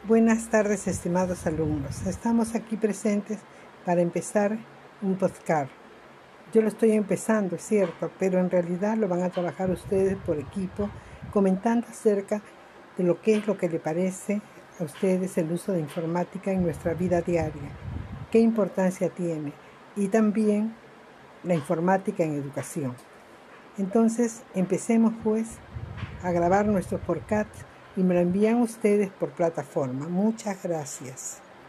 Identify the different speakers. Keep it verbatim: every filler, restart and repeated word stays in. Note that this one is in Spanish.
Speaker 1: Buenas tardes, estimados alumnos. Estamos aquí presentes para empezar un podcast. Yo lo estoy empezando, es cierto, pero en realidad lo van a trabajar ustedes por equipo, comentando acerca de lo que es lo que le parece a ustedes el uso de informática en nuestra vida diaria, qué importancia tiene y también la informática en educación. Entonces, empecemos pues a grabar nuestro podcast y me lo envían ustedes por plataforma. Muchas gracias.